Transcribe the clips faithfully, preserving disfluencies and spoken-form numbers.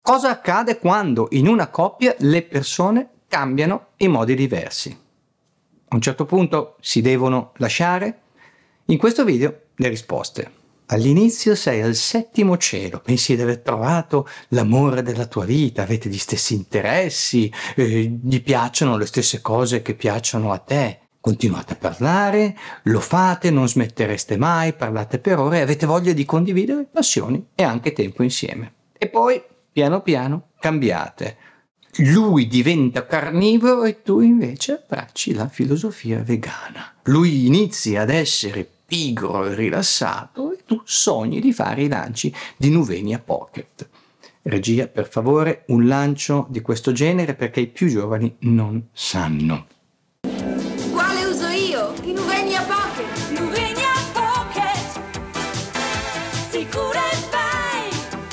Cosa accade quando in una coppia le persone cambiano in modi diversi? A un certo punto si devono lasciare? In questo video le risposte. All'inizio sei al settimo cielo, pensi di aver trovato l'amore della tua vita, avete gli stessi interessi, eh, gli piacciono le stesse cose che piacciono a te. Continuate a parlare, lo fate, non smettereste mai, parlate per ore e avete voglia di condividere passioni e anche tempo insieme. E poi, piano piano, cambiate. Lui diventa carnivoro e tu invece abbracci la filosofia vegana. Lui inizi ad essere pigro e rilassato e tu sogni di fare i lanci di Nuvenia Pocket. Regia, per favore, un lancio di questo genere perché i più giovani non sanno. Quale uso io? I Nuvenia Pocket. Nuvenia Pocket. Sicura e vai.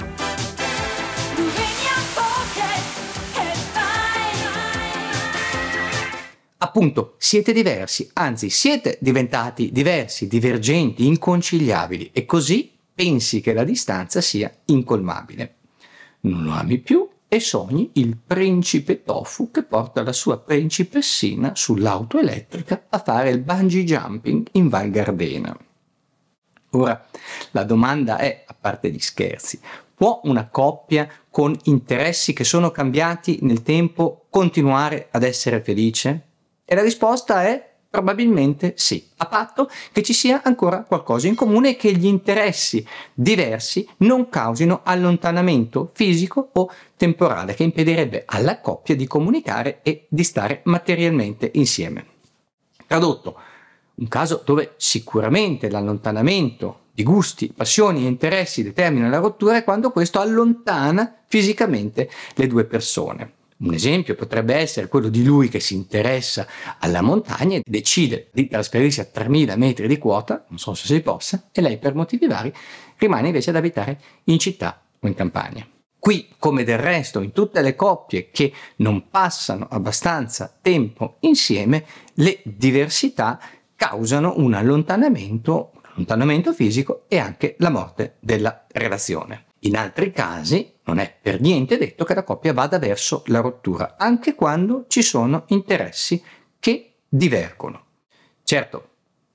Nuvenia Pocket. E vai. Appunto, siete diversi, anzi siete diventati diversi, divergenti, inconciliabili e così pensi che la distanza sia incolmabile. Non lo ami più e sogni il principe Tofu che porta la sua principessina sull'auto elettrica a fare il bungee jumping in Val Gardena. Ora, la domanda è, a parte gli scherzi, può una coppia con interessi che sono cambiati nel tempo continuare ad essere felice? E la risposta è probabilmente sì, a patto che ci sia ancora qualcosa in comune e che gli interessi diversi non causino allontanamento fisico o temporale che impedirebbe alla coppia di comunicare e di stare materialmente insieme. Tradotto, un caso dove sicuramente l'allontanamento di gusti, passioni e interessi determina la rottura è quando questo allontana fisicamente le due persone. Un esempio potrebbe essere quello di lui che si interessa alla montagna e decide di trasferirsi a tremila metri di quota, non so se si possa, e lei per motivi vari rimane invece ad abitare in città o in campagna. Qui, come del resto in tutte le coppie che non passano abbastanza tempo insieme, le diversità causano un allontanamento, un allontanamento fisico e anche la morte della relazione. In altri casi non è per niente detto che la coppia vada verso la rottura, anche quando ci sono interessi che divergono. Certo,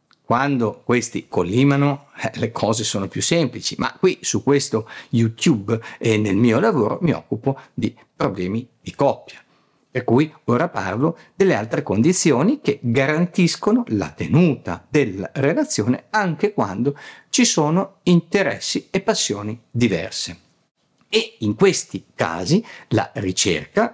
quando questi collimano eh, le cose sono più semplici, ma qui su questo YouTube e nel mio lavoro mi occupo di problemi di coppia. Per cui ora parlo delle altre condizioni che garantiscono la tenuta della relazione anche quando ci sono interessi e passioni diverse. E in questi casi la ricerca,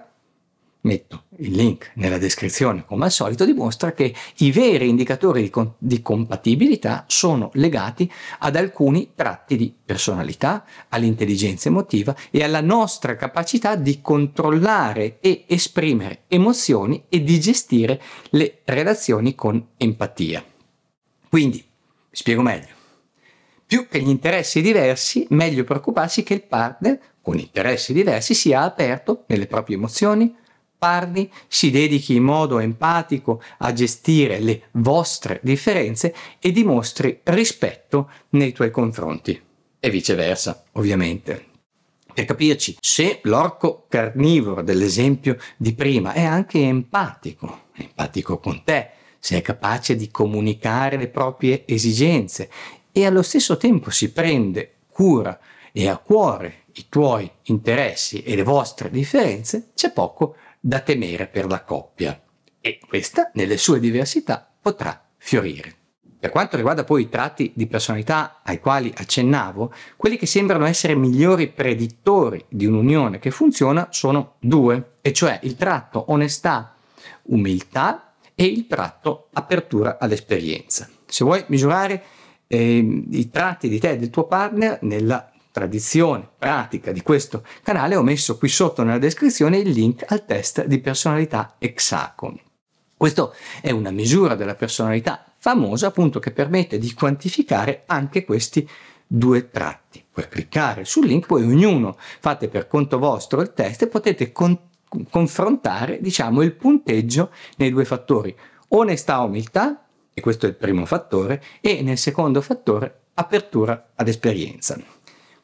metto il link nella descrizione come al solito, dimostra che i veri indicatori di, con- di compatibilità sono legati ad alcuni tratti di personalità, all'intelligenza emotiva e alla nostra capacità di controllare e esprimere emozioni e di gestire le relazioni con empatia. Quindi, spiego meglio. Più che gli interessi diversi, meglio preoccuparsi che il partner con interessi diversi sia aperto nelle proprie emozioni, parli, si dedichi in modo empatico a gestire le vostre differenze e dimostri rispetto nei tuoi confronti. E viceversa, ovviamente. Per capirci, se l'orco carnivoro dell'esempio di prima è anche empatico, è empatico con te, se è capace di comunicare le proprie esigenze e allo stesso tempo si prende cura e a cuore i tuoi interessi e le vostre differenze, c'è poco da temere per la coppia e questa nelle sue diversità potrà fiorire. Per quanto riguarda poi i tratti di personalità ai quali accennavo, quelli che sembrano essere migliori predittori di un'unione che funziona sono due, e cioè il tratto onestà, umiltà e il tratto apertura all'esperienza. Se vuoi misurare eh, i tratti di te e del tuo partner nella tradizione pratica di questo canale, ho messo qui sotto nella descrizione il link al test di personalità Hexacon. Questo è una misura della personalità famosa appunto che permette di quantificare anche questi due tratti. Puoi cliccare sul link, poi ognuno fate per conto vostro il test e potete con- confrontare diciamo il punteggio nei due fattori onestà umiltà, e questo è il primo fattore, e nel secondo fattore apertura ad esperienza.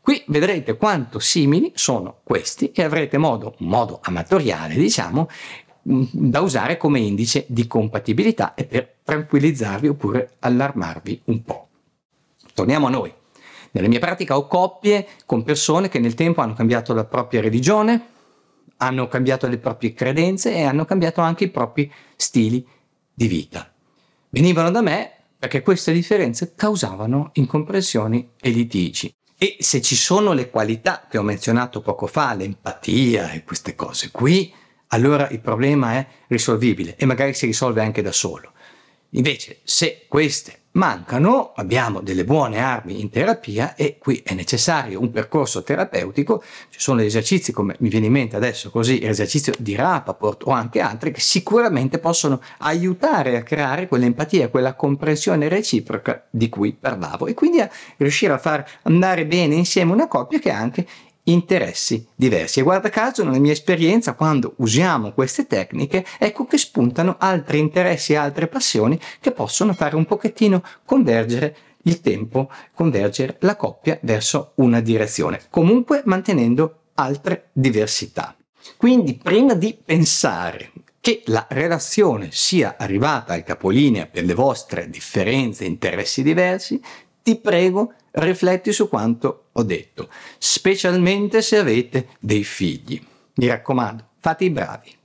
Qui vedrete quanto simili sono questi e avrete modo, un modo amatoriale, diciamo, da usare come indice di compatibilità e per tranquillizzarvi oppure allarmarvi un po'. Torniamo a noi. Nella mia pratica ho coppie con persone che nel tempo hanno cambiato la propria religione, hanno cambiato le proprie credenze e hanno cambiato anche i propri stili di vita. Venivano da me perché queste differenze causavano incomprensioni e litigi. E se ci sono le qualità che ho menzionato poco fa, l'empatia e queste cose qui, allora il problema è risolvibile e magari si risolve anche da solo. Invece, se queste mancano, abbiamo delle buone armi in terapia e qui è necessario un percorso terapeutico. Ci sono degli esercizi, come mi viene in mente adesso così, l'esercizio di Rapaport o anche altri, che sicuramente possono aiutare a creare quell'empatia, quella comprensione reciproca di cui parlavo e quindi a riuscire a far andare bene insieme una coppia che ha anche interessi diversi. E guarda caso, nella mia esperienza, quando usiamo queste tecniche, ecco che spuntano altri interessi e altre passioni che possono fare un pochettino convergere il tempo, convergere la coppia verso una direzione, comunque mantenendo altre diversità. Quindi, prima di pensare che la relazione sia arrivata al capolinea per le vostre differenze e interessi diversi, ti prego, rifletti su quanto ho detto, specialmente se avete dei figli. Mi raccomando, fate i bravi.